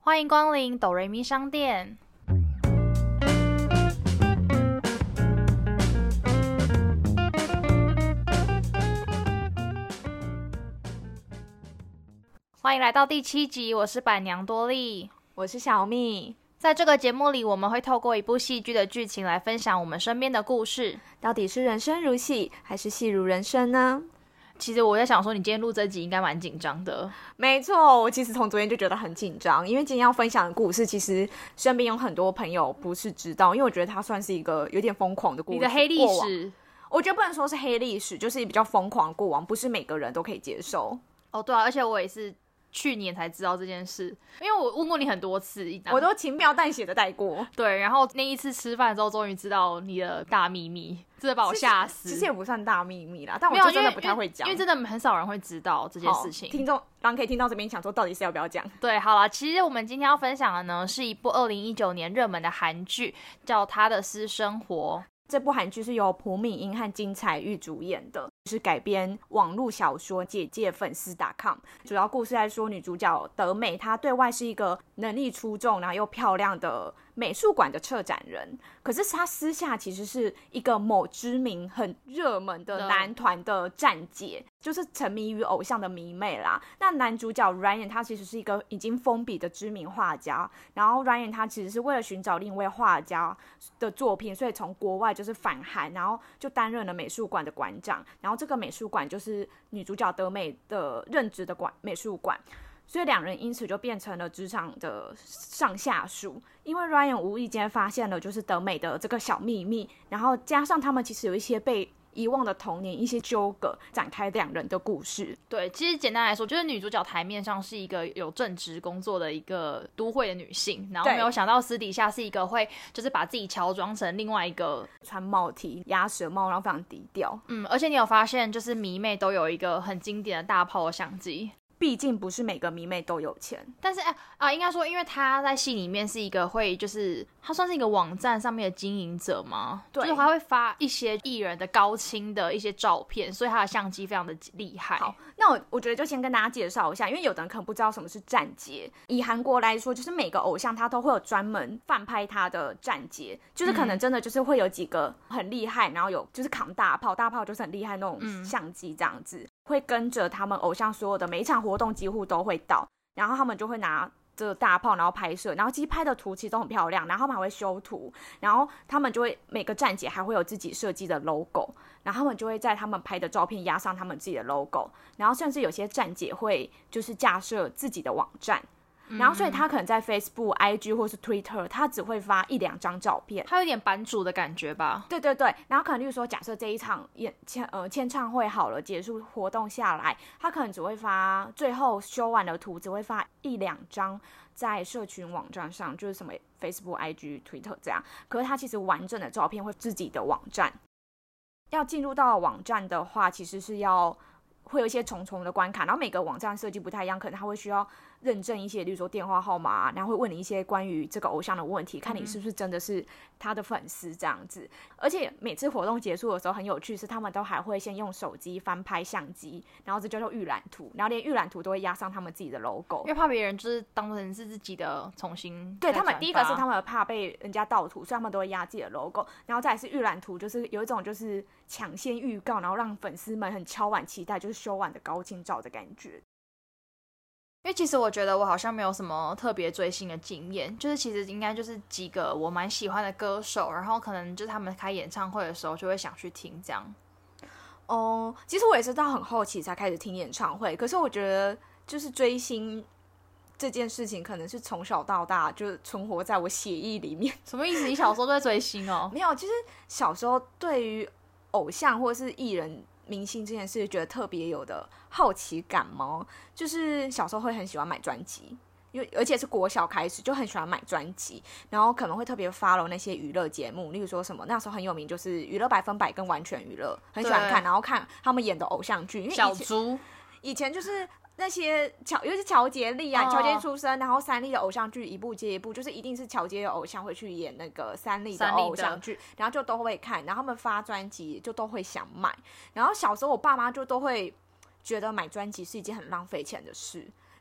欢迎光临哆瑞咪商店。欢迎来到第7集，我是板娘多莉， 我是小蜜。 在这个节目里，我们会透过一部戏剧的剧情来分享我们身边的故事。 到底是人生如戏，还是戏如人生呢？ 其实我在想说，你今天录这集应该蛮紧张的。 没错，我其实从昨天就觉得很紧张，因为今天要分享的故事，其实身边有很多朋友不是知道，因为我觉得它算是一个有点疯狂的故事。 你的黑历史？ 我觉得不能说是黑历史，就是比较疯狂的过往，不是每个人都可以接受。 哦，对啊，而且我也是去年才知道这件事，因为我问过你很多次， 我都轻描淡写的带过。 对，然后那一次吃饭之后，终于知道你的大秘密，真的把我吓死。 其实也不算大秘密啦，但我就真的不太会讲， 因为真的很少人会知道这件事情。 听众可以听到这边想说，到底是要不要讲？ 对，好啦，其实我们今天要分享的呢，是一部2019年热门的韩剧，叫《他的私生活》。 这部韩剧是由朴敏英和金彩玉主演的，是改编网络小说《姐姐粉丝 .com》。主要故事在说女主角德美，她对外是一个能力出众然后又漂亮的美术馆的策展人，可是她私下其实是一个某知名很热门的男团的站姐，就是沉迷于偶像的迷妹啦。那男主角 Ryan 他其实是一个已经封笔的知名画家，然后 Ryan 他其实是为了寻找另一位画家的作品，所以从国外就是返韩，然后就担任了美术馆的馆长，然后这个美术馆就是女主角德美的任职的美术馆，所以两人因此就变成了职场的上下属。因为 Ryan 无意间发现了就是德美的这个小秘密，然后加上他们其实有一些被遗忘的童年一些纠葛，展开两人的故事。 对，其实简单来说，就是女主角台面上是一个有正职工作的一个都会的女性，然后没有想到私底下是一个会就是把自己乔装成另外一个穿帽 T 鸭舌帽，然后非常低调。 而且你有发现就是迷妹都有一个很经典的大炮的相机。 毕竟不是每个迷妹都有钱， 但是应该说，因为他在戏里面是一个会，就是他算是一个网站上面的经营者嘛，对，就是他会发一些艺人的高清的一些照片，所以他的相机非常的厉害。 好，那我觉得就先跟大家介绍一下，因为有的人可能不知道什么是站姐。以韩国来说，就是每个偶像他都会有专门翻拍他的站姐，就是可能真的就是会有几个很厉害，然后有就是扛大炮就是很厉害那种相机这样子。会跟着他们偶像所有的每一场活动几乎都会到，然后他们就会拿这大炮然后拍摄，然后其实拍的图其实都很漂亮，然后他们还会修图，然后他们就会每个站姐还会有自己设计的 logo， 然后他们就会在他们拍的照片压上他们自己的 logo， 然后甚至有些站姐会就是架设自己的网站，然后所以他可能在 Facebook、IG 或是 Twitter 他只会发1-2张照片， 他有点版主的感觉吧。 对对对，然后可能例如说假设这一场签唱会好了，结束活动下来，他可能只会发最后修完的图只会发1-2张在社群网站上，就是什么 Facebook、IG、Twitter 这样，可是他其实完整的照片会自己的网站。要进入到网站的话，其实是会有一些重重的关卡，然后每个网站设计不太一样，可能他会需要认证一些，例如说电话号码，然后会问你一些关于这个偶像的问题，看你是不是真的是他的粉丝这样子。而且每次活动结束的时候很有趣，是他们都还会先用手机翻拍相机，然后这叫做预览图，然后连预览图都会压上他们自己的 logo， 因为怕别人就是当成是自己的重新。 对，他们第一个是他们怕被人家盗图，所以他们都会压自己的 logo， 然后再来是预览图，就是有一种就是抢先预告，然后让粉丝们很敲碗期待，就是修完的高清照的感觉。 因为其实我觉得我好像没有什么特别追星的经验，就是其实应该就是几个我蛮喜欢的歌手，然后可能就是他们开演唱会的时候就会想去听这样。 其实我也是到很后期才开始听演唱会，可是我觉得就是追星这件事情可能是从小到大就存活在我血液里面。 什么意思？你小时候就在追星哦？ 没有，其实小时候对于偶像或是艺人明星这件事觉得特别有的好奇感吗？就是小时候会很喜欢买专辑，而且是国小开始就很喜欢买专辑，然后可能会特别 follow 那些娱乐节目，例如说什么那时候很有名就是娱乐100%跟完全娱乐，很喜欢看，然后看他们演的偶像剧，因为小猪以前就是那些尤其是乔杰利啊，乔杰出身，然后三立的偶像剧一部接一部，就是一定是乔杰的偶像会去演那个三立的偶像剧，然后就都会看，然后他们发专辑就都会想买，然后小时候我爸妈就都会觉得买专辑是一件很浪费钱的事，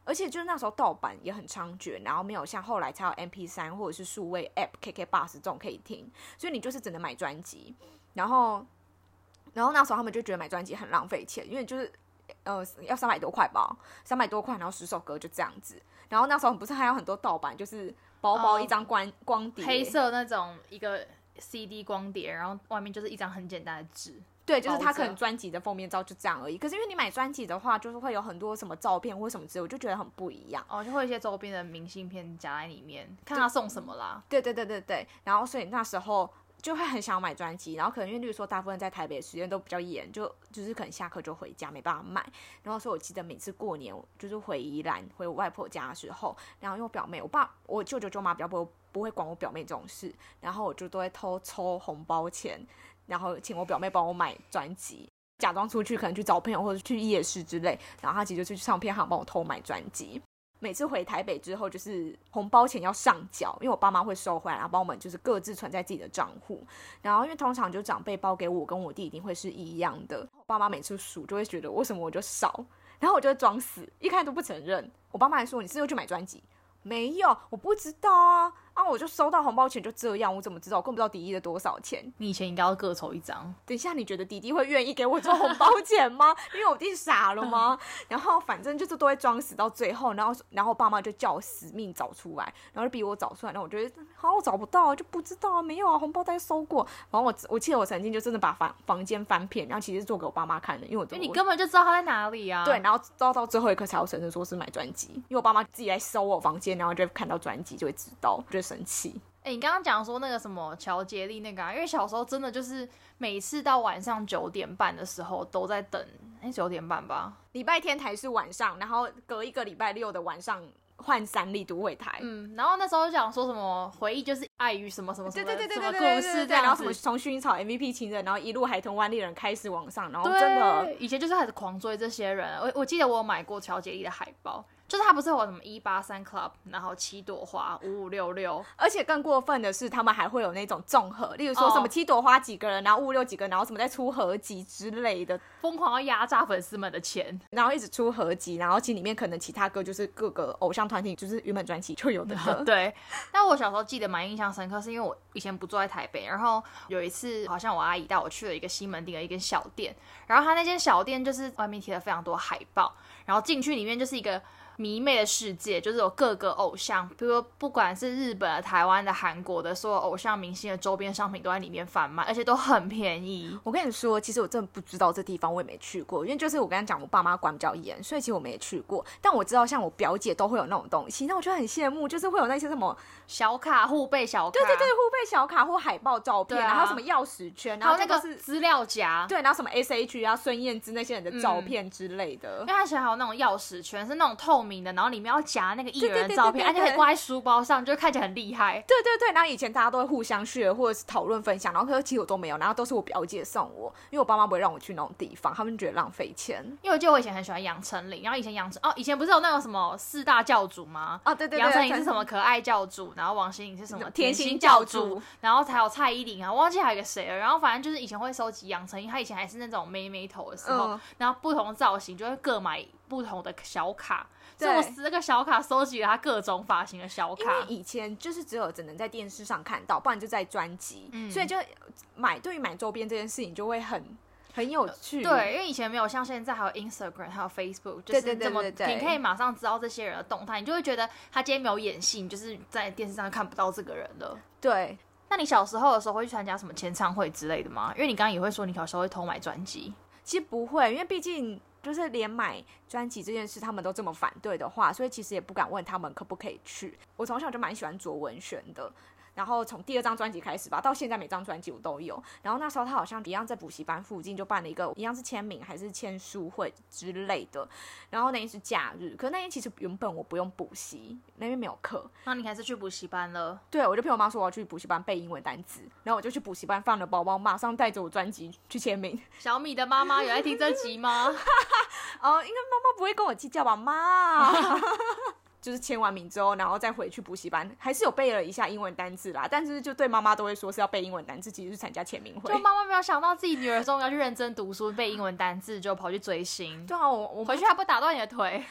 而且就是那时候盗版也很猖獗，然后没有像后来才有 MP3 或者是数位 App、KK Bus 这种可以听，所以你就是只能买专辑。然后那时候他们就觉得买专辑很浪费钱，因为就是要300多块吧，300多块，然后10首歌就这样子。然后那时候不是还有很多盗版，就是薄薄一张光碟， 黑色那种一个 CD 光碟，然后外面就是一张很简单的纸。 对，就是他可能专辑的封面照就这样而已。可是因为你买专辑的话，就是会有很多什么照片或什么之类，我就觉得很不一样。 就会有一些周边的明信片夹在里面，看他送什么啦。 对。然后所以那时候就会很想买专辑，然后可能因为例如说大部分在台北的时间都比较严，就是可能下课就回家没办法买。然后所以我记得每次过年就是回宜兰回我外婆家的时候，然后因为我表妹我舅舅舅妈比较不会管我表妹这种事，然后我就都会偷抽红包钱，然后请我表妹帮我买专辑，假装出去可能去找朋友或者去夜市之类，然后她其实就去唱片行帮我偷买专辑。每次回台北之后，就是红包钱要上缴，因为我爸妈会收回来，然后帮我们就是各自存在自己的账户。然后因为通常就长辈包给我跟我弟一定会是一样的，我爸妈每次数就会觉得为什么我就少，然后我就会装死，一开始都不承认。我爸妈还说你是又去买专辑？没有，我不知道啊。我就收到红包钱就这样，我怎么知道？我根本不知道弟弟的多少钱。 你以前应该要各抽一张。 等一下，你觉得弟弟会愿意给我这红包钱吗？因为我弟傻了吗？然后反正就是都会装死到最后，然后我爸妈就叫我死命找出来，然后就逼我找出来。然后我觉得我找不到，就不知道啊，没有啊，红包袋收过。然后我记得我曾经就真的把房间翻遍，然后其实是做给我爸妈看的，因为你根本就知道他在哪里啊。 对，然后到最后一刻才有承认说是买专辑，因为我爸妈自己来搜我房间，然后就会看到专辑就会知道，就会生气。 你刚刚讲说那个什么乔杰利那个因为小时候真的就是每次到晚上9点半的时候都在等，9点半吧， 礼拜天台是晚上，然后隔一个礼拜六的晚上换3立都会台。 然后那时候就讲说什么回忆就是爱与什么什么什么什么故事这样子， 然后什么从薰衣草 MVP 情人，然后一路海豚湾恋人开始往上，然后真的以前就是开始狂追这些人。我记得我有买过乔杰利的海报，就是他不是有什么183 Club， 然后7朵花5566， 而且更过分的是他们还会有那种综合，例如说什么7朵花几个人，然后556几个，然后什么再出合集之类的， 疯狂要压榨粉丝们的钱， 然后一直出合集，然后其实里面可能其他歌就是各个偶像团体就是原本专辑就有的歌。 对，但我小时候记得蛮印象深刻，是因为我以前不住在台北，然后有一次好像我阿姨带我去了一个西门町的一间小店，然后他那间小店就是外面贴了非常多海报，然后进去里面就是一个迷妹的世界，就是有各个偶像，比如说不管是日本的、台湾的、韩国的，所有偶像明星的周边商品都在里面贩卖，而且都很便宜。 我跟你说，其实我真的不知道这地方，我也没去过，因为就是我刚才讲我爸妈管比较严，所以其实我没去过。但我知道像我表姐都会有那种东西，那我就很羡慕，就是会有那些什么小卡、护贝小卡， 对，护贝小卡或海报照片，然后什么钥匙圈，然后那个资料夹， 对，然后什么 SH 啊、孙燕姿那些人的照片之类的。 因为他以前还有那种钥匙圈，是那种透明的，然后里面要夹那个艺人的照片，而且可以挂在书包上，就看起来很厉害。 对，然后以前大家都会互相share或者是讨论分享，然后可是其实我都没有，然后都是我表姐送我，因为我爸妈不会让我去那种地方，他们觉得浪费钱。 因为我记得我以前很喜欢杨丞琳，然后以前不是有那种什么4大教主吗？ 对， 杨丞琳是什么可爱教主，然后王心凌是什么甜心教主，然后还有蔡依林啊，忘记还有一个谁了。然后反正就是以前会收集杨丞琳，他以前还是那种妹头的时候，然后不同造型就会各买不同的小卡。所以我10个小卡收集了他各种发型的小卡， 因为以前就是只能在电视上看到，不然就在专辑，所以就对于买周边这件事情就会很有趣。 对，因为以前没有像现在还有 Instagram 还有 Facebook， 就是这么你可以马上知道这些人的动态，你就会觉得他今天没有演戏，你就是在电视上看不到这个人了。 对， 那你小时候的时候会去参加什么签唱会之类的吗？因为你刚刚也会说你小时候会偷买专辑。 其实不会，因为毕竟就是连买专辑这件事他们都这么反对的话，所以其实也不敢问他们可不可以去。我从小就蛮喜欢卓文萱的，然后从第2张专辑开始吧，到现在每张专辑我都有。然后那时候他好像一样在补习班附近就办了一个一样是签名还是签书会之类的，然后那天是假日，可是那天其实原本我不用补习，那边没有课。 那你还是去补习班了？ 对，我就骗我妈说我要去补习班背英文单词，然后我就去补习班放了包包，马上带着我专辑去签名。 小米的妈妈有在听这集吗？ 应该妈妈不会跟我计较吧，妈。就是签完名之后，然后再回去补习班，还是有背了一下英文单字啦。但是就对妈妈都会说是要背英文单字，其实是参加签名会。 就妈妈没有想到自己女儿终于要去认真读书，背英文单字，就跑去追星。 对啊，我回去还不打断你的腿。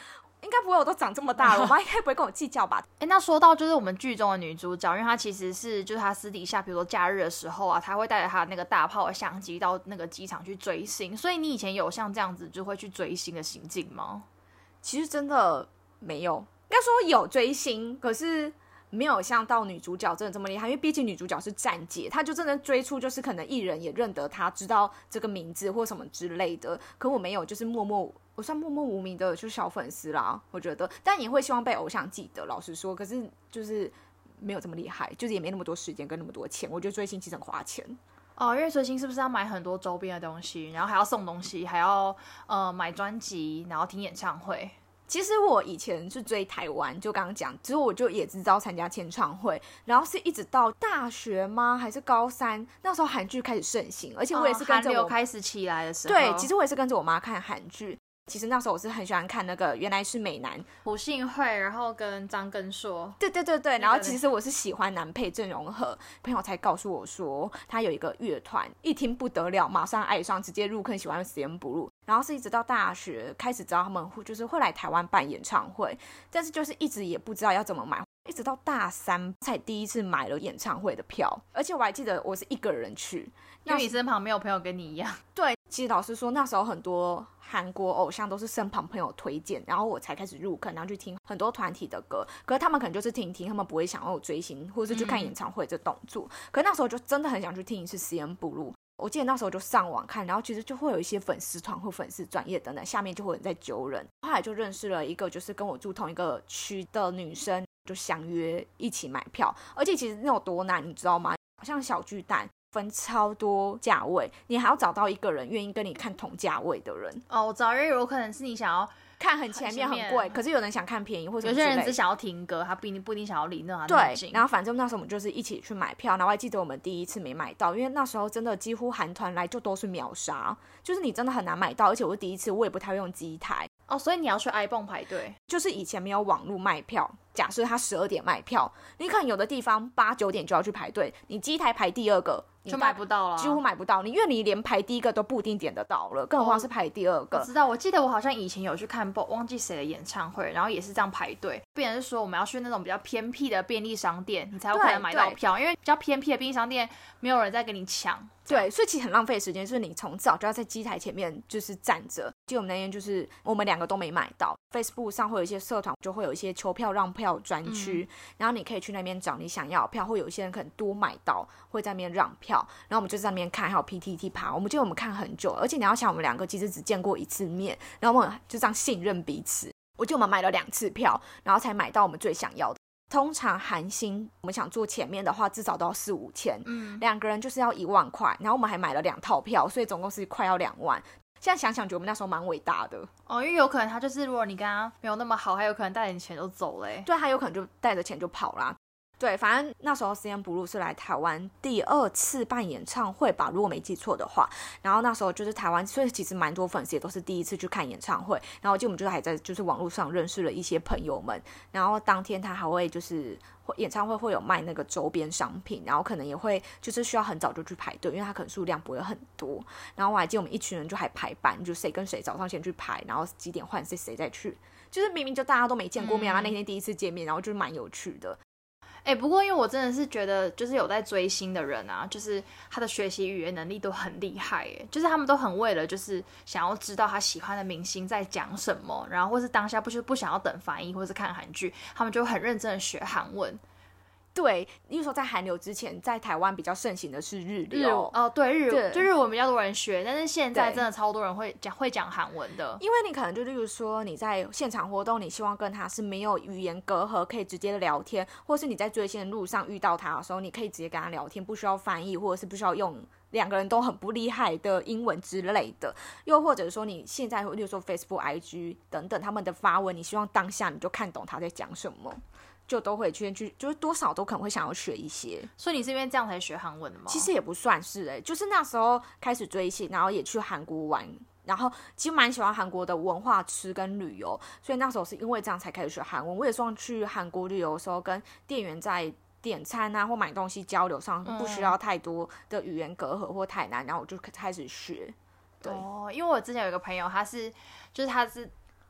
应该不会我都长这么大了，我妈应该不会跟我计较吧。 那说到就是我们剧中的女主角，因为她其实是就是她私底下比如说假日的时候啊，她会带着她那个大炮的相机到那个机场去追星，所以你以前有像这样子就会去追星的行径吗？ 其实真的没有，应该说有追星，可是没有像到女主角真的这么厉害，因为毕竟女主角是站姐，她就真的追出就是可能艺人也认得她，知道这个名字或什么之类的。可我没有，就是我算默默无名的就是小粉丝啦，我觉得，但也会希望被偶像记得。老实说，可是就是没有这么厉害，就是也没那么多时间跟那么多钱。我觉得追星其实很花钱。 因为追星是不是要买很多周边的东西，然后还要送东西，还要买专辑，然后听演唱会？ 其实我以前是追台湾，就刚刚讲，之后我就也知道参加签唱会，然后是一直到大学吗？还是高三？那时候韩剧开始盛行，而且我也是跟着韩流开始起来的时候。 对，其实我也是跟着我妈看韩剧。其实那时候我是很喜欢看那个原来是美男朴信惠，然后跟张根硕。 对，然后其实我是喜欢男配郑容和，朋友才告诉我说他有一个乐团，一听不得了，马上爱上，直接入坑，喜欢 CNBLUE。然后是一直到大学开始知道他们就是会来台湾办演唱会，但是就是一直也不知道要怎么买，一直到大三才第一次买了演唱会的票，而且我还记得我是一个人去， 因为你身旁没有朋友跟你一样。 对，其实老实说那时候很多韩国偶像都是身旁朋友推荐，然后我才开始入坑，然后去听很多团体的歌，可是他们可能就是听一听，他们不会想要追星或者是去看演唱会这动作。可是那时候就真的很想去听一次 CNBLUE。我记得那时候就上网看，然后其实就会有一些粉丝团或粉丝专页等等，下面就会有人在揪人。后来就认识了一个就是跟我住同一个区的女生，就相约一起买票。而且其实那有多难你知道吗？像小巨蛋分超多价位，你还要找到一个人愿意跟你看同价位的人。 我知道，因为有可能是你想要看很前面很贵，可是有人想看便宜或者有些人只想要听歌，他不一定想要离那对，然后反正那时候我们就是一起去买票，然后我还记得我们第一次没买到，因为那时候真的几乎韩团来就都是秒杀，就是你真的很难买到，而且我第一次我也不太会用机台所以你要去 iPhone 排队， 就是以前没有网络卖票，假设他12点卖票，你看有的地方8、9点就要去排队，你机台排第二个就买不到了， 几乎买不到，因为你连排第一个都不一定点得到了，更何况是排第二个。 我知道，我记得我好像以前有去看忘记谁的演唱会，然后也是这样排队。变成是说我们要去那种比较偏僻的便利商店，你才有可能买到票，因为比较偏僻的便利商店没有人在跟你抢。 对，所以其实很浪费时间，就是你从早就要在机台前面就是站着。就我们那天就是我们2个都没买到 ，Facebook 上会有一些社团就会有一些求票让票专区，然后你可以去那边找你想要的票，或有一些人可能多买到会在那边让票，然后我们就在那边看，还有 PTT 爬，我们记得我们看很久，而且你要想我们2个其实只见过1次面，然后我们就这样信任彼此。我记得我们买了2次票，然后才买到我们最想要的。通常韩星我们想坐前面的话至少都要4、5千，2个人就是要1万块，然后我们还买了2套票，所以总共是快要2万。现在想想觉得我们那时候蛮伟大的因为有可能他就是如果你跟他没有那么好，还有可能带着你钱就走了对，他有可能就带着钱就跑啦。对，反正那时候 CNBLUE 是来台湾第2次办演唱会吧，如果没记错的话。然后那时候就是台湾，所以其实蛮多粉丝也都是第一次去看演唱会。然后我们就还在就是网络上认识了一些朋友们。然后当天他还会就是演唱会会有卖那个周边商品，然后可能也会就是需要很早就去排队，因为它可能数量不会很多。然后我还记得我们一群人就还排班，就谁跟谁早上先去排，然后几点换谁再去。就是明明就大家都没见过面，然后那天第一次见面，然后就是蛮有趣的。 不过因为我真的是觉得就是有在追星的人啊，就是他的学习语言能力都很厉害就是他们都很为了就是想要知道他喜欢的明星在讲什么，然后或是当下不想要等翻译或是看韩剧，他们就很认真的学韩文。 对，例如说在韩流之前，在台湾比较盛行的是日流对，日文比较多人学，但是现在真的超多人会讲韩文的。 因为你可能就例如说你在现场活动，你希望跟他是没有语言隔阂，可以直接聊天，或是你在追星的路上遇到他的时候，你可以直接跟他聊天，不需要翻译，或者是不需要用2个人都很不厉害的英文之类的。又或者说你现在例如说 Facebook、IG 等等他们的发文，你希望当下你就看懂他在讲什么，就都会去就是多少都可能会想要学一些。 所以你是因为这样才学韩文的吗？ 其实也不算是就是那时候开始追星，然后也去韩国玩，然后其实蛮喜欢韩国的文化、吃跟旅游，所以那时候是因为这样才开始学韩文。我也希望去韩国旅游的时候跟店员在点餐啊或买东西交流上不需要太多的语言隔阂或太难，然后我就开始学。对因为我之前有一个朋友，他是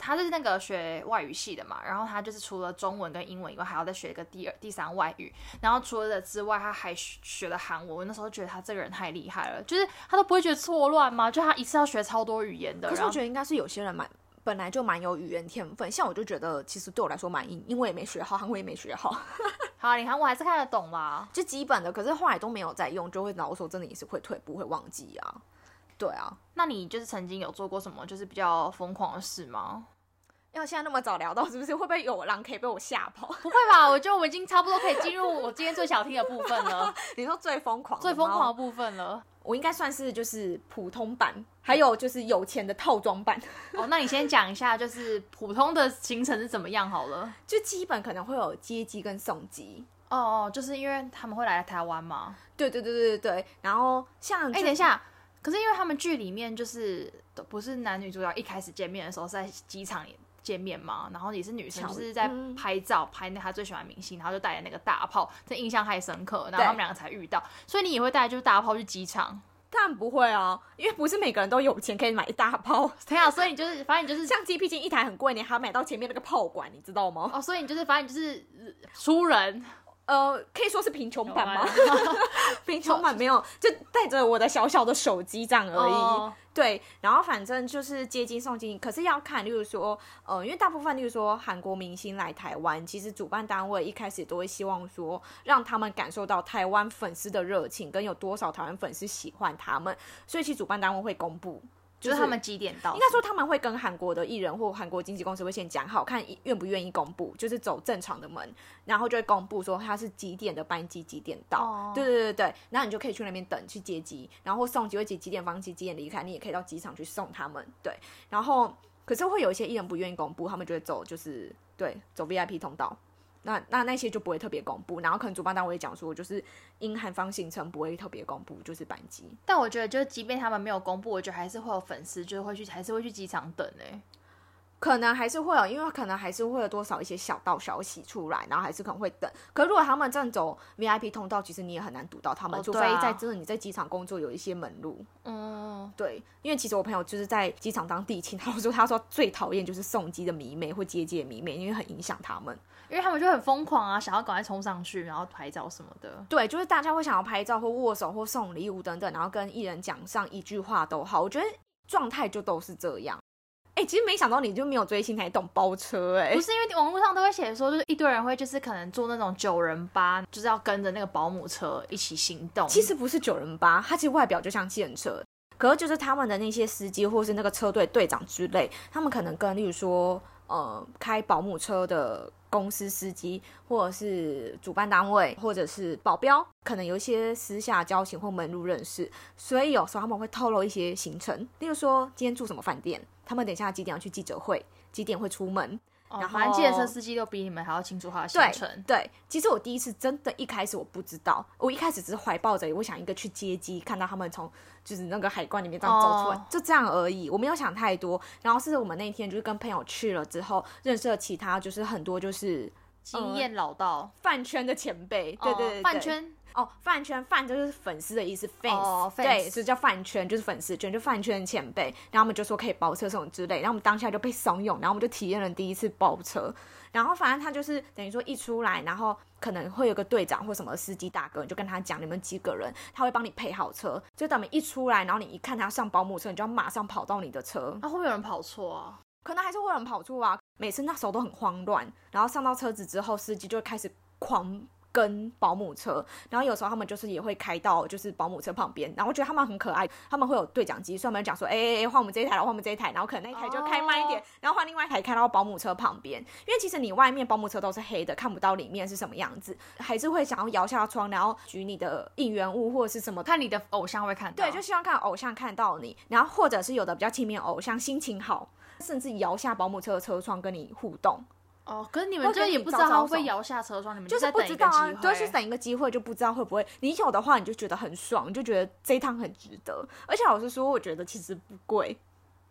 他是那个学外语系的嘛，然后他就是除了中文跟英文以外，还要再学一个第三外语，然后除了这之外，他还学了韩文。我那时候觉得他这个人太厉害了，就是他都不会觉得错乱吗？就他一次要学超多语言的。 可是我觉得应该是有些人本来就蛮有语言天分，像我就觉得其实对我来说蛮硬，因为也没学好，韩文也没学好。 好，你韩文还是看得懂啦， 就基本的，可是后来都没有在用，就会然后说真的也是会退步会忘记啊。对啊， 那你就是曾经有做过什么就是比较疯狂的事吗？ 要现在那么早聊到，是不是会不会有狼可以被我吓跑？ 不会吧，我觉得我们已经差不多可以进入我今天最想听的部分了。 你说最疯狂的部分了， 我应该算是就是普通版，还有就是有钱的套装版。 哦，那你先讲一下，就是普通的行程是怎么样好了？ 就基本可能会有接机跟送机。 哦，就是因为他们会来台湾嘛。 对，然后像等一下。可是因为他们剧里面就是不是男女主角一开始见面的时候是在机场见面嘛，然后也是女生就是在拍照，拍那他最喜欢的明星，然后就带着那个大炮，这印象太深刻，然后他们两个才遇到，所以你也会带就是大炮去机场？ 当然不会啊，因为不是每个人都有钱可以买大炮。 对啊，所以你就是反正你就是相机毕竟一台很贵，你还要买到前面那个炮管，你知道吗？ 哦，所以你就是反正你就是粗人。 可以说是贫穷版吗？贫穷版没有，就带着我的小小的手机这样而已。对，然后反正就是接机送机，可是要看，例如说，因为大部分，例如说韩国明星来台湾，其实主办单位一开始都会希望说，让他们感受到台湾粉丝的热情，跟有多少台湾粉丝喜欢他们，所以其实主办单位会公布。 就是他们几点到？ 应该说他们会跟韩国的艺人或韩国经纪公司会先讲好，看愿不愿意公布，就是走正常的门，然后就会公布说他是几点的班机几点到。对，然后你就可以去那边等去接机，然后送机会几点放机几点离开，你也可以到机场去送他们。对，然后可是会有一些艺人不愿意公布，他们就会走走 VIP 通道。那些就不会特别公布，然后可能主办单位也讲说，就是因韩方行程不会特别公布，就是班机。 但我觉得，就是即便他们没有公布，我觉得还是会有粉丝，就是还是会去机场等可能还是会有，因为可能还是会有多少一些小道消息出来，然后还是可能会等。可如果他们正走 VIP 通道，其实你也很难堵到他们，除非真的你在机场工作有一些门路。对，因为其实我朋友就是在机场当地勤，他说最讨厌就是送机的迷妹或接机的迷妹，因为很影响他们。 因为他们就很疯狂啊，想要赶快冲上去，然后拍照什么的。 对，就是大家会想要拍照或握手或送礼物等等，然后跟艺人讲上一句话都好，我觉得状态就都是这样。其实没想到你就没有追星才懂包车。 不是因为网络上都会写说，就是一堆人会就是可能坐那种9人巴，就是要跟着那个保姆车一起行动。 其实不是9人巴，它其实外表就像计程车，可是就是他们的那些司机或是那个车队队长之类，他们可能跟例如说开保姆车的公司司机，或者是主办单位，或者是保镖，可能有一些私下交情或门路认识，所以有时候他们会透露一些行程，例如说今天住什么饭店，他们等一下几点要去记者会，几点会出门。然后反正计程车司机都比你们还要清楚他的行程。 对，其实我第一次真的一开始我不知道，我一开始只是怀抱着我想一个去接机，看到他们从就是那个海关里面这样走出来，就这样而已，我没有想太多。然后是我们那天就是跟朋友去了之后，认识了其他就是很多就是经验老道饭圈的前辈。对， 饭圈。 饭圈，饭就是粉丝的意思 ，fans，对，所以叫饭圈，就是粉丝圈，就饭圈前辈。然后我们就说可以包车什么之类，然后我们当下就被怂恿，然后我们就体验了第一次包车。然后反正他就是等于说一出来，然后可能会有个队长或什么司机大哥，你就跟他讲你们几个人，他会帮你配好车。就等你一出来，然后你一看他上保姆车，你就要马上跑到你的车。 会不会有人跑错啊？ 可能还是会有人跑错啊。每次那时候都很慌乱，然后上到车子之后，司机就会开始狂跟保姆车，然后有时候他们就是也会开到就是保姆车旁边，然后我觉得他们很可爱，他们会有对讲机，所以他们讲说换我们这一台了，换我们这一台，然后可能那一台就开慢一点，然后换另外一台开到保姆车旁边，因为其实你外面保姆车都是黑的，看不到里面是什么样子，还是会想要摇下窗，然后举你的应援物或者是什么， 看你的偶像会看到， 对，就希望看偶像看到你，然后或者是有的比较亲密的偶像心情好，甚至摇下保姆车的车窗跟你互动。 可是你们就也不知道他会不会摇下车窗，你们就是不知道啊，就是等一个机会，就不知道会不会。你有的话，你就觉得很爽，你就觉得这一趟很值得。而且老实说，我觉得其实不贵。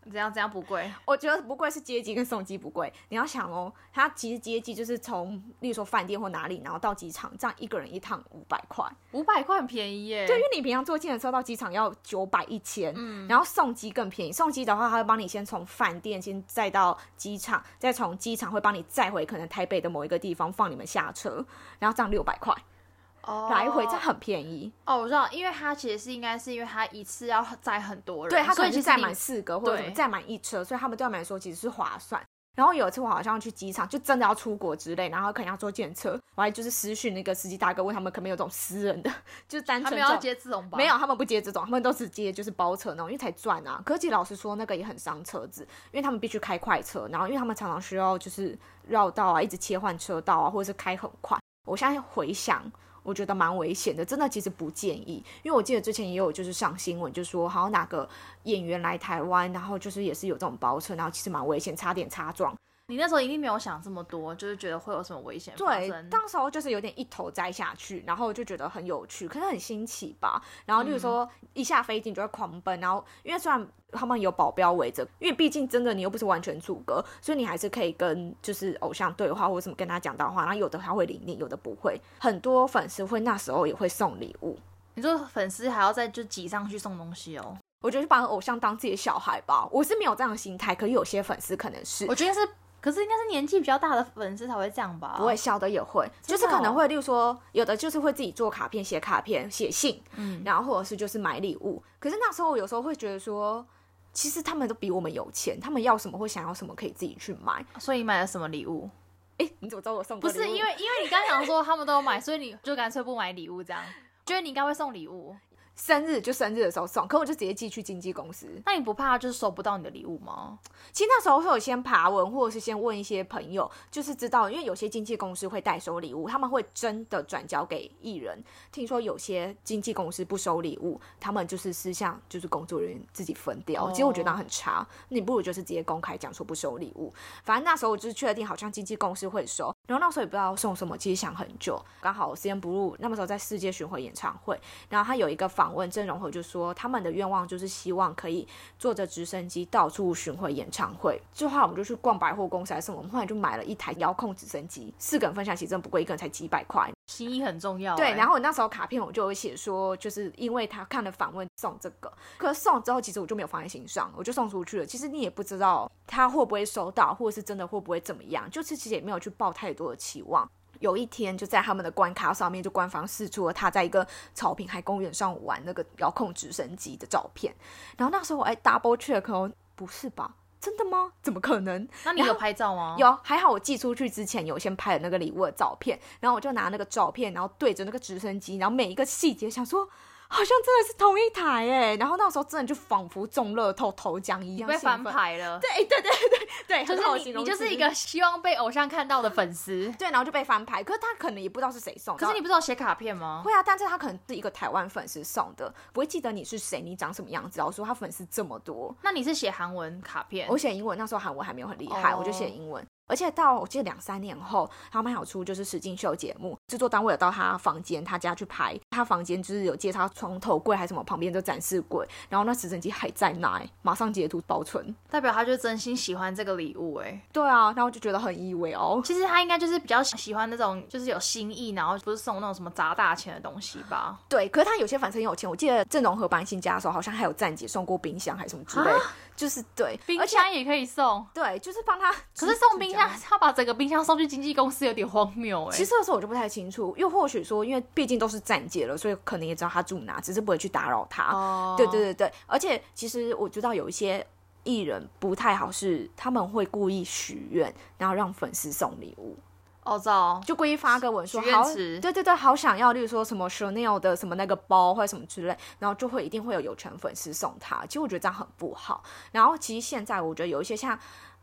怎样不贵？ 我觉得不贵是接机跟送机不贵。你要想哦，它其实接机就是从例如说饭店或哪里，然后到机场，这样一个人一趟500块。 500块很便宜耶。 对，因为你平常坐计程车到机场要900、1000，然后送机更便宜。送机的话，他会帮你先从饭店先载到机场，再从机场会帮你载回可能台北的某一个地方放你们下车，然后这样600块。来回这很便宜我知道，因为他其实应该是因为他一次要载很多人， 对，他可能是载满4个或者什么载满1车，所以他们对他们来说其实是划算。然后有一次我好像去机场，就真的要出国之类，然后可能要坐计程车，我还就是私讯那个司机大哥，问他们可不可以有这种私人的，就是单纯他们要接这种吧？ 没有，他们不接这种，他们都是接就是包车那种，因为才赚啊。可是老实说，那个也很伤车子，因为他们必须开快车，然后因为他们常常需要就是绕道啊，一直切换车道啊，或者是开很快。我现在回想，我觉得蛮危险的，真的其实不建议。因为我记得之前也有就是上新闻，就说好像哪个演员来台湾，然后就是也是有这种包车，然后其实蛮危险，差点擦撞。 你那时候一定没有想这么多，就是觉得会有什么危险发生。 对，当时候就是有点一头栽下去，然后就觉得很有趣，可是很新奇吧。然后例如说一下飞机你就会狂奔，然后因为虽然他们有保镖围着，因为毕竟真的你又不是完全阻隔，所以你还是可以跟就是偶像对话或者什么跟他讲到话，然后有的他会理你，有的不会。很多粉丝会那时候也会送礼物。 你说粉丝还要再就挤上去送东西哦？ 我觉得把偶像当自己的小孩吧，我是没有这样的心态，可是有些粉丝可能是， 我觉得是。可是应该是年纪比较大的粉丝才会这样吧？ 不会，小的也会，就是可能会，例如说，有的就是会自己做卡片、写卡片、写信，然后或者是就是买礼物。可是那时候我有时候会觉得说，其实他们都比我们有钱，他们要什么或想要什么可以自己去买。 所以你买了什么礼物？ 你怎么知道我送过礼物？ 不是因为你刚讲说他们都有买，所以你就干脆不买礼物这样？觉得你应该会送礼物。 生日的时候送，可我就直接寄去经纪公司。 那你不怕就是收不到你的礼物吗？ 其实那时候会有先爬文，或者是先问一些朋友，就是知道，因为有些经纪公司会代收礼物，他们会真的转交给艺人。听说有些经纪公司不收礼物，他们就是私下就是工作人员自己分掉。其实我觉得很差，你不如就是直接公开讲说不收礼物。反正那时候我就是确定好像经纪公司会收，然后那时候也不知道送什么，其实想很久。刚好CNBLUE那时候在世界巡回演唱会，然后他有一个访问郑容和就说他们的愿望就是希望可以坐着直升机到处巡回演唱会。之后我们就去逛百货公司还是什么，我们后来就买了一台遥控直升机，4个人分享其实真的不贵，一个人才几百块。 心意很重要。 对，然后我那时候卡片我就有写说，就是因为他看了访问送这个，可是送之后其实我就没有放在心上，我就送出去了。其实你也不知道他会不会收到，或者是真的会不会怎么样，就是其实也没有去抱太多的期望。有一天就在他们的官卡上面就官方释出了他在一个草坪海公园上玩那个遥控直升机的照片，然后那时候我还 double check 哦，不是吧？真的吗？怎么可能？ 那你有拍照吗？ 有，还好我寄出去之前有先拍了那个礼物的照片，然后我就拿那个照片，然后对着那个直升机，然后每一个细节想说好像真的是同一台耶，然后那时候真的就仿佛中乐透头奖一样， 被翻牌了。 对， 就是你就是一个希望被偶像看到的粉丝。 对，然后就被翻牌，可是他可能也不知道是谁送。 可是你不知道写卡片吗？ 会啊，但是他可能是一个台湾粉丝送的，不会记得你是谁，你长什么样子。然后说他粉丝这么多， 那你是写韩文卡片？ 我写英文，那时候韩文还没有很厉害，我就写英文。而且到我记得2-3年后，他们还有出就是实境秀节目，制作单位有到他房间他家去拍，他房间就是有接他床头柜还是什么旁边的展示柜，然后那直升机还在那，马上截图保存， 代表他就真心喜欢这个礼物。 对啊，然后就觉得很意外哦。 其实他应该就是比较喜欢那种就是有心意，然后不是送那种什么砸大钱的东西吧？ 对，可是他有些粉丝很有钱，我记得郑容和搬新家的时候好像还有站姐送过冰箱还是什么之类，就是对， 冰箱也可以送。 对，就是帮他。 可是送冰箱，他把整个冰箱送去经纪公司有点荒谬。 其实这个时候我就不太清楚，又或许说因为毕竟都是站姐了，所以可能也知道他住哪，只是不会去打扰他。对，而且其实我知道有一些艺人不太好，是他们会故意许愿，然后让粉丝送礼物。 知道， 就故意发个文说好，对，好想要，例如说什么 Chanel 的什么那个包或者什么之类，然后就会一定会有权粉丝送他。其实我觉得这样很不好。然后其实现在我觉得有一些像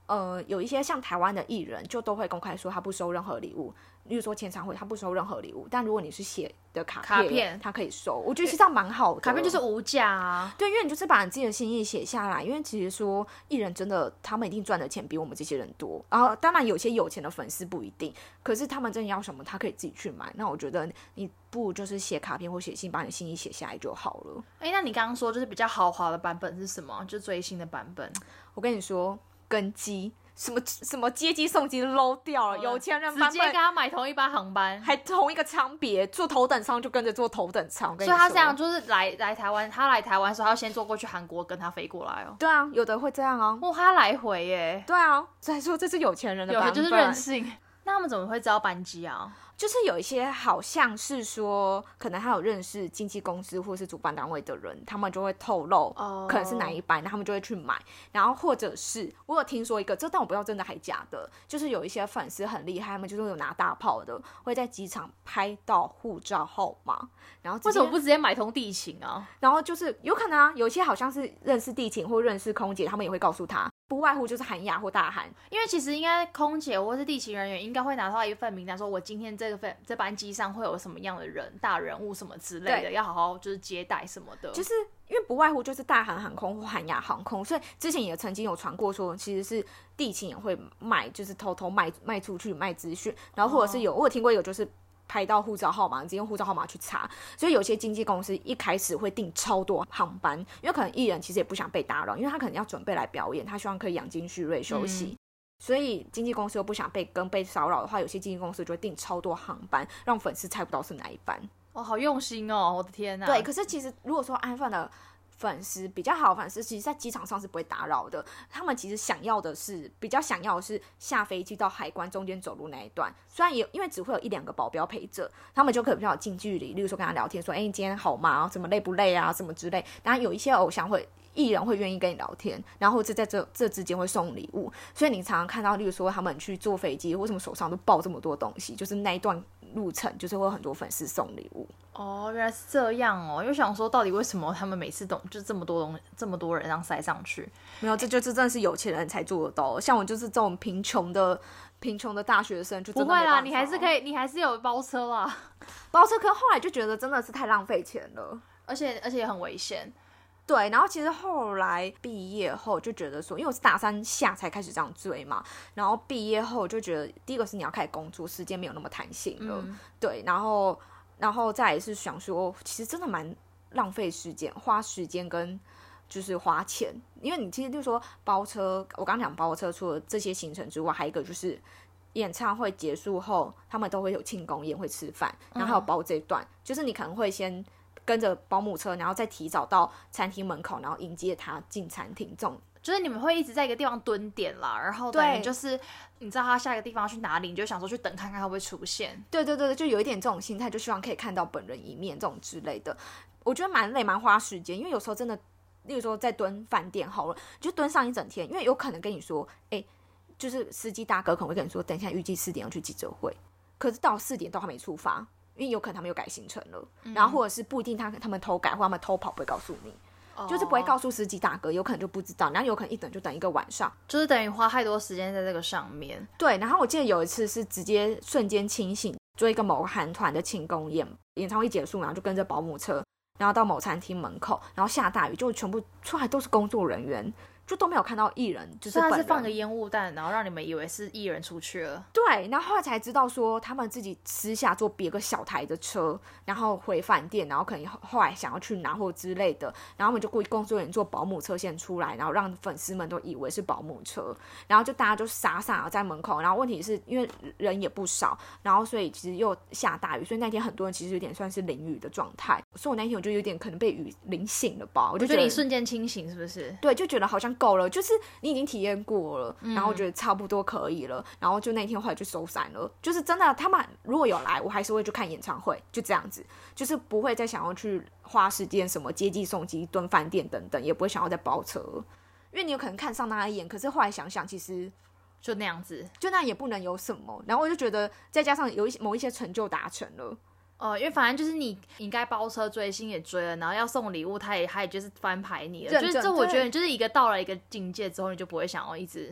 有一些像台湾的艺人就都会公开说他不收任何礼物，例如说签唱会他不收任何礼物，但如果你是写的卡片他可以收，我觉得其实这样蛮好的。 卡片就是无价啊。 对，因为你就是把你自己的心意写下来，因为其实说艺人真的他们一定赚的钱比我们这些人多，然后当然有些有钱的粉丝不一定，可是他们真的要什么他可以自己去买，那我觉得你不如就是写卡片或写信把你的心意写下来就好了。 那你刚刚说就是比较豪华的版本是什么？就最新的版本。 我跟你说跟机什么接机送机 low 掉了，有钱人版本直接跟他买同一班航班， 还同一个舱别，坐头等舱就跟着坐头等舱。 所以他这样就是来台湾，他来台湾的时候他要先坐过去韩国跟他飞过来哦。 对啊，有的会这样啊。 他来回耶。 对啊，所以说这是有钱人的版本， 就是任性。那他们怎么会知道班机啊？ 就是有一些好像是说，可能他有认识经纪公司或是主办单位的人，他们就会透露可能是哪一班，他们就会去买。然后或者是我有听说一个，但我不知道真的还假的，就是有一些粉丝很厉害，他们就是有拿大炮的，会在机场拍到护照号码，然后为什么不直接买通地勤啊？ 然后就是有可能啊，有些好像是认识地勤或认识空姐，他们也会告诉他。不外乎就是韩亚或大韩， 因为其实应该空姐或是地勤人员应该会拿到一份名单，说我今天这班机上会有什么样的人、大人物什么之类的，要好好就是接待什么的。 就是因为不外乎就是大韩航空或韩亚航空，所以之前也曾经有传过说，其实是地勤也会卖，就是偷偷卖出去卖资讯，然后或者是我有听过一个就是。拍到护照号码，直接用护照号码去查，所以有些经纪公司一开始会订超多航班，因为可能艺人其实也不想被打扰，因为他可能要准备来表演，他希望可以养精蓄锐休息，所以经纪公司又不想被骚扰的话，有些经纪公司就会订超多航班，让粉丝猜不到是哪一班。 好用心哦，我的天哪！ 对，可是其实如果说安分的粉丝比较好的粉丝，其实在机场上是不会打扰的。他们其实比较想要的是下飞机到海关中间走路那一段。虽然因为只会有1-2个保镖陪着，他们就可以比较有近距离，例如说跟他聊天，说：“你今天好吗？怎么累不累啊？什么之类。”当然有一些艺人会愿意跟你聊天，然后或者在这之间会送礼物，所以你常常看到，例如说他们去坐飞机，为什么手上都抱这么多东西？就是那一段路程，就是会有很多粉丝送礼物。 原来是这样哦！因为想说，到底为什么他们每次就这么多人让塞上去？ 没有，这真的是有钱人才做得到。像我就是这种贫穷的大学生，就真的不会啦，你还是可以，你还是有包车啦。 包车，可后来就觉得真的是太浪费钱了， 而且也很危险。 对，然后其实后来毕业后就觉得说，因为我是大3下才开始这样追嘛，然后毕业后就觉得，第一个是你要开始工作，时间没有那么弹性了，对，然后再来是想说，其实真的蛮浪费时间，花时间跟就是花钱，因为你其实就说包车，我刚讲包车，除了这些行程之外，还有一个就是演唱会结束后，他们都会有庆功宴，会吃饭，然后还有包这一段，就是你可能会先跟着保姆车，然后再提早到餐厅门口，然后迎接他进餐厅。这种就是你们会一直在一个地方蹲点啦，然后等于就是你知道他下一个地方去哪里，你就想说去等看看他会不会出现。 对，就有一点这种心态，就希望可以看到本人一面这种之类的。我觉得蛮累，蛮花时间，因为有时候真的，例如说在蹲饭店好了，就蹲上一整天，因为有可能跟你说，就是司机大哥可能会跟你说，等一下预计4点要去记者会，可是到4点都还没出发。因为有可能他们又改行程了，然后或者是不一定他们偷改或他们偷跑不会告诉你，就是不会告诉司机大哥，有可能就不知道，然后有可能一等就等一个晚上， 就是等于花太多时间在这个上面。 对，然后我记得有一次是直接瞬间清醒，做一个某个韩团的庆功宴，演唱会结束，然后就跟着保姆车，然后到某餐厅门口，然后下大雨，就全部出来都是工作人员。就都没有看到艺人，就是本人。 他是放个烟雾弹，然后让你们以为是艺人出去了。 对，然后后来才知道说他们自己私下坐别个小台的车，然后回饭店，然后可能后来想要去拿或之类的，然后我们就故意工作人员坐保姆车先出来，然后让粉丝们都以为是保姆车，然后就大家就傻傻的在门口，然后问题是因为人也不少，然后所以其实又下大雨，所以那天很多人其实有点算是淋雨的状态，所以我那天我就有点可能被雨淋醒了吧，我就觉得你瞬间清醒是不是？ 对，就觉得好像够了，就是你已经体验过了，然后觉得差不多可以了，然后就那天后来就收散了。就是真的，他们如果有来，我还是会去看演唱会，就这样子，就是不会再想要去花时间什么接机送机、蹲饭店等等，也不会想要再包车，因为你有可能看上那一眼，可是后来想想，其实就那样子， 就那样也不能有什么。然后我就觉得，再加上有某一些成就达成了。 因为反正就是你该包车追星也追了，然后要送礼物，他也就是翻牌你了，就是这我觉得就是一个到了一个境界之后，你就不会想要一直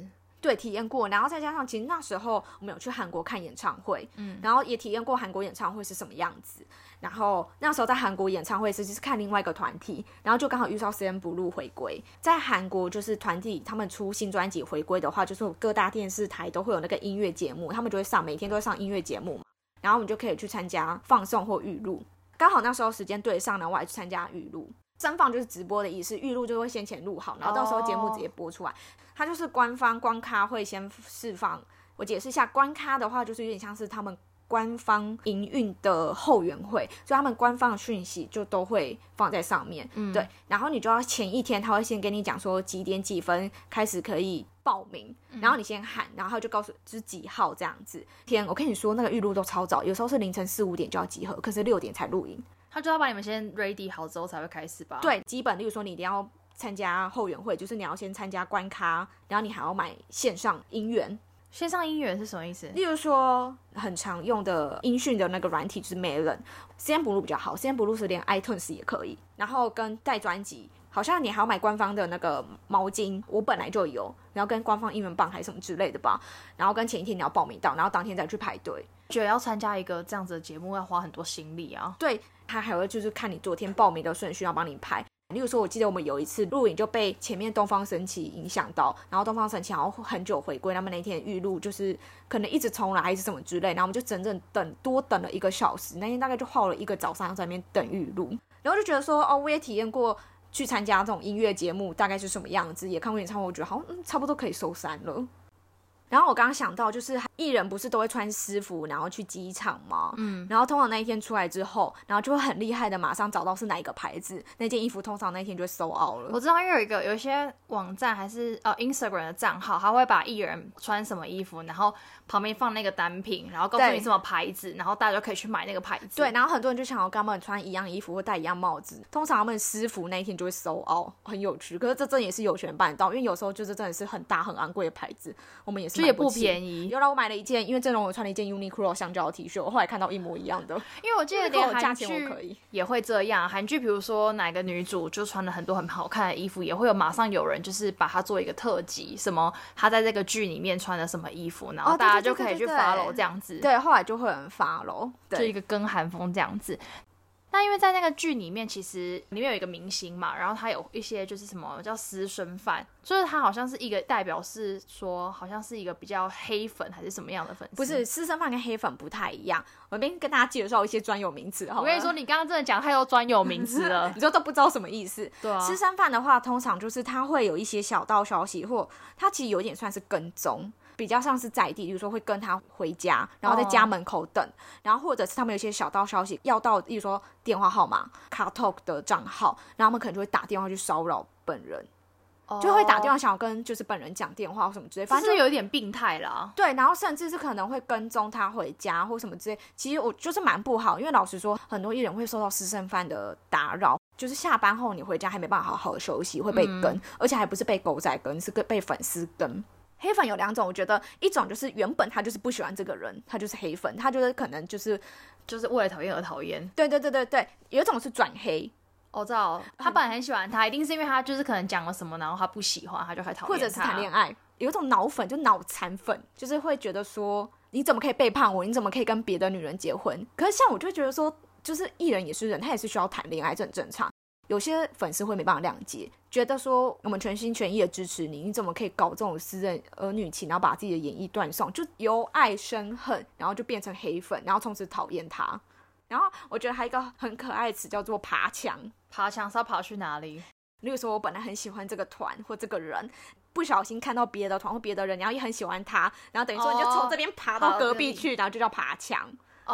对，体验过，然后再加上其实那时候我们有去韩国看演唱会，然后也体验过韩国演唱会是什么样子。然后那时候在韩国演唱会就是看另外一个团体，然后就刚好遇到 CNBLUE 回归。在韩国就是团体他们出新专辑回归的话，就是各大电视台都会有那个音乐节目，他们就会上，每天都会上音乐节目嘛，然后我们就可以去参加放送或预录。刚好那时候时间对上了，我还去参加预录。真放就是直播的意思，预录就会先前录好，然后到时候节目直接播出来。它就是官方官咖会先释放。我解释一下，官咖的话就是有点像是他们官方营运的后援会，所以他们官方的讯息就都会放在上面，对。然后你就要前一天他会先跟你讲说几点几分开始可以报名，然后你先喊，然后他就告诉是几号这样子。我跟你说那个预录都超早，有时候是凌晨4、5点就要集合，可是6点才录音。 他就要把你们先 ready 好之后才会开始吧？ 对，基本例如说你一定要参加后援会，就是你要先参加官咖，然后你还要买线上音源。 线上音源是什么意思？ 例如说很常用的音讯的那个软体就是 Melon，CNBLUE 比较好，CNBLUE是连 iTunes 也可以，然后跟带专辑，好像你还要买官方的那个毛巾，我本来就有，然后跟官方应援棒还是什么之类的吧，然后跟前一天你要报名到，然后当天再去排队。 觉得要参加一个这样子的节目要花很多心力啊。 对，他还会就是看你昨天报名的顺序，然后帮你排。例如说，我记得我们有一次录影就被前面东方神起影响到，然后东方神起好像很久回归，他们那天预录就是可能一直重来还是什么之类，然后我们就整整多等了1个小时，那天大概就耗了1个早上在那边等预录，然后就觉得说我也体验过去参加这种音乐节目大概是什么样子，也看过演唱会，我觉得好像差不多可以收山了。然后我刚刚想到，就是艺人不是都会穿私服，然后去机场吗？然后通常那一天出来之后，然后就会很厉害的马上找到是哪一个牌子，那件衣服通常那一天就会sold out了。 我知道，因为有一些网站还是Instagram 的账号，他会把艺人穿什么衣服，然后旁边放那个单品，然后告诉你什么牌子，然后大家就可以去买那个牌子。 对，然后很多人就想要跟他们穿一样衣服或戴一样帽子，通常他们私服那一天就会sold out，很有趣。可是这真的也是有权办到，因为有时候就是真的是很大很昂贵的牌子，我们也是买不起， 就也不便宜。 有啦，我买了一件，因为郑容我穿了一件 Uniqlo 橡胶的 T 恤，我后来看到一模一样的。 因为我记得连韩剧也会这样，韩剧比如说哪个女主就穿了很多很好看的衣服，也会有马上有人就是把它做一个特辑，什么她在这个剧里面穿了什么衣服，然后大家就可以去 follow 这样子。 对，后来就会有人 follow， 就一个跟韩风这样子。那因为在那个剧里面，其实里面有一个明星嘛，然后他有一些就是什么叫私生饭，就是他好像是一个代表，是说好像是一个比较黑粉还是什么样的粉丝？ 不是，私生饭跟黑粉不太一样。我跟大家介绍一些专有名词。 我跟你说，你刚刚真的讲太多专有名词了， 你说都不知道什么意思。 对啊， 私生饭的话，通常就是他会有一些小道消息，或他其实有点算是跟踪。比较像是在地，比如说会跟他回家，然后在家门口等，然后或者是他们有些小道消息要到，例如说电话号码、KakaoTalk 的账号，然后他们可能就会打电话去骚扰本人，就会打电话想要跟就是本人讲电话或什么之类， 反正就有一点病态啦。 对，然后甚至是可能会跟踪他回家或什么之类。其实我就是蛮不好，因为老实说，很多艺人会受到私生饭的打扰。就是下班后你回家还没办法好好的休息，会被跟，而且还不是被狗仔跟，是被粉丝跟。黑粉有2种，我觉得一种就是原本他就是不喜欢这个人，他就是黑粉，他就是可能就是为了讨厌而讨厌。 对，有一种是转黑。 我知道，他本来很喜欢他，一定是因为他就是可能讲了什么，然后他不喜欢，他就开始讨厌他， 或者是谈恋爱。有一种脑粉，就脑残粉，就是会觉得说你怎么可以背叛我，你怎么可以跟别的女人结婚？可是像我就觉得说，就是艺人也是人，他也是需要谈恋爱，这很正常。有些粉丝会没办法谅解，觉得说我们全心全意的支持你，你怎么可以搞这种私人儿女情，然后把自己的演艺断送，就由爱生恨，然后就变成黑粉，然后从此讨厌他。然后我觉得还有一个很可爱的词叫做爬墙。 爬墙是要爬去哪里？ 例如说我本来很喜欢这个团或这个人，不小心看到别的团或别的人，然后也很喜欢他，然后等于说你就从这边爬到隔壁去，然后就叫爬墙。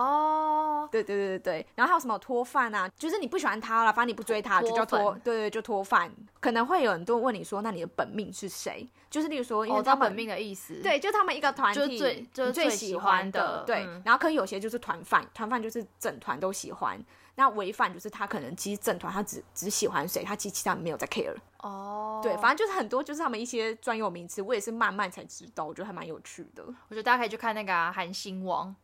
对，然后还有什么脱饭啊，就是你不喜欢他了，反正你不追他就叫脱，对，就脱饭。可能会有人都问你说，那你的本命是谁？就是例如说，因为他们本命的意思， 对，就他们一个团体就是最喜欢的， 对。然后可能有些就是团饭就是整团都喜欢，那违饭就是他可能其实整团他只喜欢谁，他其他没有在 care。对，反正就是很多就是他们一些专有名词，我也是慢慢才知道，我觉得还蛮有趣的。 我觉得大家可以去看那个韩星王。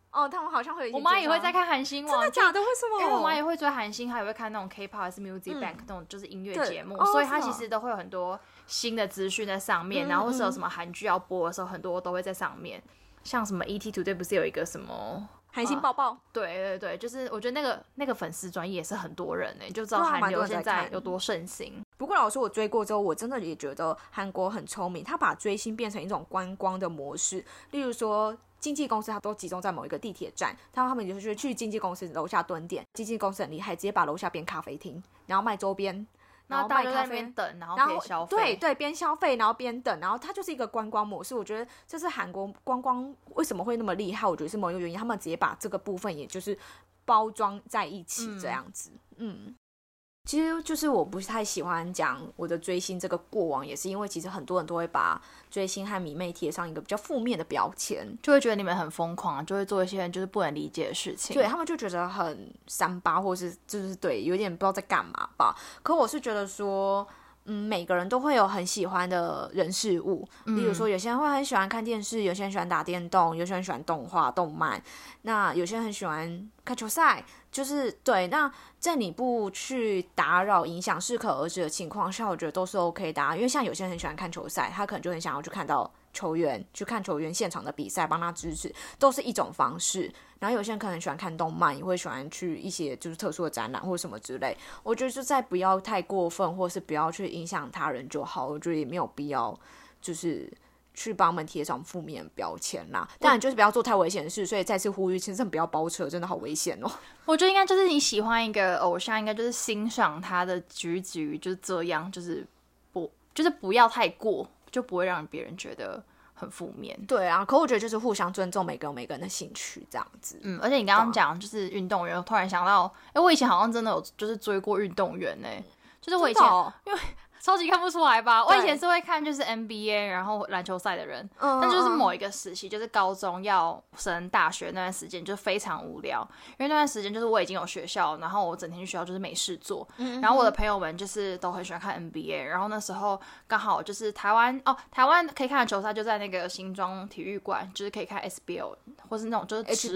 他们好像会有一些。 我妈也会在看韩星网。 真的假的？为什么？ 因为我妈也会追韩星，她也会看那种 K-pop 还是 Music Bank 那种就是音乐节目，所以她其实都会有很多新的资讯在上面，然后或是有什么韩剧要播的时候，很多都会在上面。像什么 ET Today 不是有一个什么韩星抱抱？ 对对对，就是我觉得那个粉丝专页也是很多人就知道韩流现在有多盛行。 不过老实说，我追过之后，我真的也觉得韩国很聪明，他把追星变成一种观光的模式，例如说。经纪公司它都集中在某一个地铁站，他们就是去经纪公司楼下蹲点，经纪公司很厉害，直接把楼下变咖啡厅，然后卖周边，然后卖咖啡， 在那边等，然后边消费， 对对，边消费然后边等，然后它就是一个观光模式。我觉得这是韩国观光为什么会那么厉害，我觉得是某一个原因，他们直接把这个部分也就是包装在一起这样子。其实就是我不太喜欢讲我的追星这个过往，也是因为其实很多人都会把追星和迷妹贴上一个比较负面的标签， 就会觉得你们很疯狂，就会做一些就是不能理解的事情， 对，他们就觉得很三八，或是就是对有点不知道在干嘛吧。可我是觉得说每个人都会有很喜欢的人事物，例如说有些人会很喜欢看电视，有些人喜欢打电动，有些人喜欢动画动漫，那有些人很喜欢看球赛，就是对，那在你不去打扰影响适可而止的情况下，我觉得都是 OK 的因为像有些人很喜欢看球赛，他可能就很想要去看到球员，去看球员现场的比赛，帮他支持，都是一种方式。然后有些人可能喜欢看动漫，也会喜欢去一些就是特殊的展览或者什么之类。我觉得就在不要太过分，或是不要去影响他人就好。我觉得也没有必要就是去帮他们贴上负面标签啦。当然就是不要做太危险的事，所以再次呼吁，其实真的不要包车，真的好危险哦。 我觉得应该就是你喜欢一个偶像，应该就是欣赏他的举止就是这样，就是不要太过，就不会让别人觉得很负面。 对啊，可我觉得就是互相尊重每个人的兴趣这样子。 而且你刚刚讲就是运动员，我突然想到，我以前好像真的有就是追过运动员就是我以前因为超级看不出来吧，我以前是会看就是 NBA 然后篮球赛的人，但就是某一个时期，就是高中要升大学那段时间就非常无聊，因为那段时间就是我已经有学校，然后我整天去学校就是没事做，然后我的朋友们就是都很喜欢看 NBA， 然后那时候刚好就是台湾可以看的球赛就在那个新庄体育馆，就是可以看 SBL 或是那种就是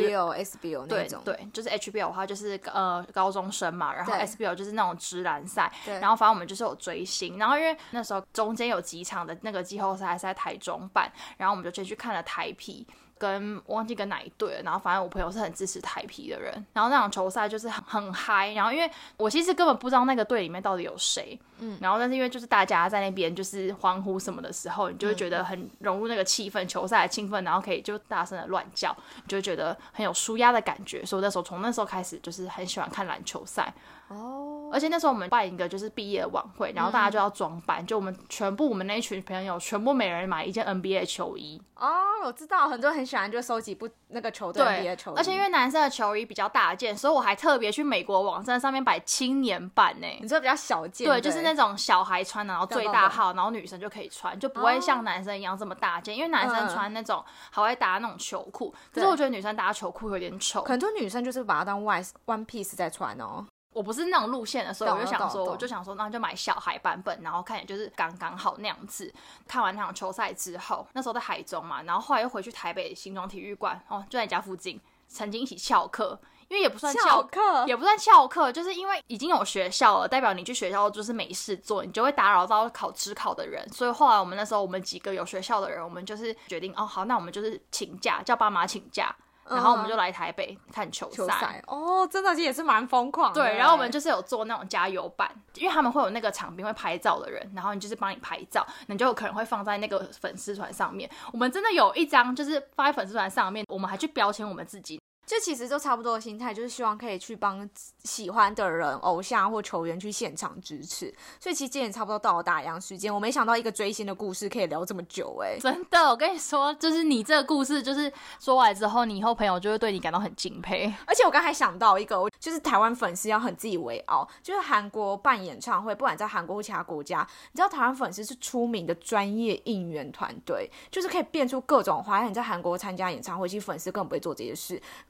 SBL 那种， 对，就是 HBL 的话就是高中生嘛，然后 SBL 就是那种职篮赛，然后反正我们就是有追星。然后因为那时候中间有几场的那个季后赛还是在台中办，然后我们就先去看了台啤跟忘记跟哪一队了，然后反正我朋友是很支持台啤的人，然后那场球赛就是很嗨，然后因为我其实根本不知道那个队里面到底有谁，然后但是因为就是大家在那边就是欢呼什么的时候，你就会觉得很融入那个气氛，球赛的气氛，然后可以就大声的乱叫，你就会觉得很有抒压的感觉，所以从那时候开始就是很喜欢看篮球赛。而且那时候我们办一个就是毕业晚会，然后大家就要装扮，就我们那一群朋友全部每人买一件 NBA 的球衣。 我知道很多人很喜欢就收集那个球队 NBA 的球衣， 而且因为男生的球衣比较大件，所以我还特别去美国网站上面摆青年版你说比较小件， 对，就是那种小孩穿然后最大号，然后女生就可以穿，就不会像男生一样这么大件，因为男生穿那种还会搭那种球裤，可是我觉得女生搭球裤有点丑， 很多女生就是把它当 one piece 在穿我不是那种路线的，所以我就想说，那就买小孩版本，然后看起来就是刚刚好那样子。看完那场球赛之后，那时候在海中嘛，然后后来又回去台北新庄体育馆，就在家附近，曾经一起翘课，因为也不算翘课，也不算翘课，就是因为已经有学校了，代表你去学校就是没事做，你就会打扰到指考的人，所以后来我们那时候我们几个有学校的人，我们就是决定好，那我们就是请假，叫爸妈请假。然后我们就来台北看球赛真的也是蛮疯狂的。 对，然后我们就是有做那种加油版，因为他们会有那个场边会拍照的人，然后你就是帮你拍照，你就有可能会放在那个粉丝团上面。我们真的有一张就是放在粉丝团上面，我们还去标签我们自己。 就其实就差不多的心态，就是希望可以去帮喜欢的人、偶像或球员去现场支持。所以其实今天也差不多到了打烊时间，我没想到一个追星的故事可以聊这么久真的，我跟你说，就是你这个故事就是说完之后，你以后朋友就会对你感到很敬佩。 而且我刚才想到一个，就是台湾粉丝要很自以为傲，就是韩国办演唱会，不管在韩国或其他国家，你知道台湾粉丝是出名的专业应援团队，就是可以变出各种花样。你在韩国参加演唱会，其实粉丝根本不会做这些事。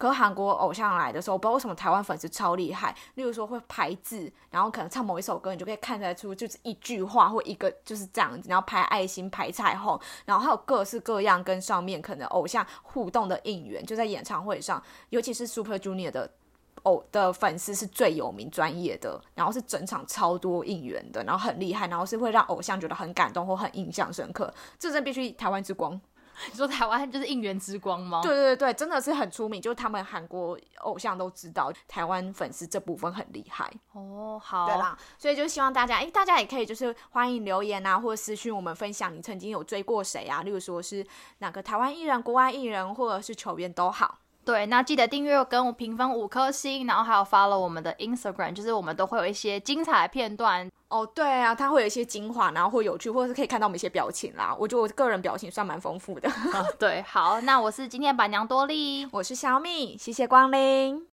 可是韩国偶像来的时候，不知道为什么台湾粉丝超厉害，例如说会排字，然后可能唱某一首歌，你就可以看得出就是一句话或一个就是这样子，然后排爱心排彩虹，然后还有各式各样跟上面可能偶像互动的应援，就在演唱会上，尤其是 Super Junior 的粉丝是最有名专业的，然后是整场超多应援的，然后很厉害，然后是会让偶像觉得很感动或很印象深刻，这真必须台湾之光。 你说台湾就是应援之光吗？ 对对对，真的是很出名，就是他们韩国偶像都知道台湾粉丝这部分很厉害哦。好， 对啦，所以就希望大家大家也可以就是欢迎留言啊，或者私讯我们分享你曾经有追过谁啊，例如说是哪个台湾艺人、国外艺人或者是球员都好。 对，那记得订阅跟我评分5颗星，然后还有 follow 我们的 Instagram， 就是我们都会有一些精彩的片段。 哦，对啊，它会有一些精华，然后会有趣，或者是可以看到我们一些表情啦。我觉得我个人表情算蛮丰富的。 对，好，那我是今天的板娘多莉， 我是小米，谢谢光临。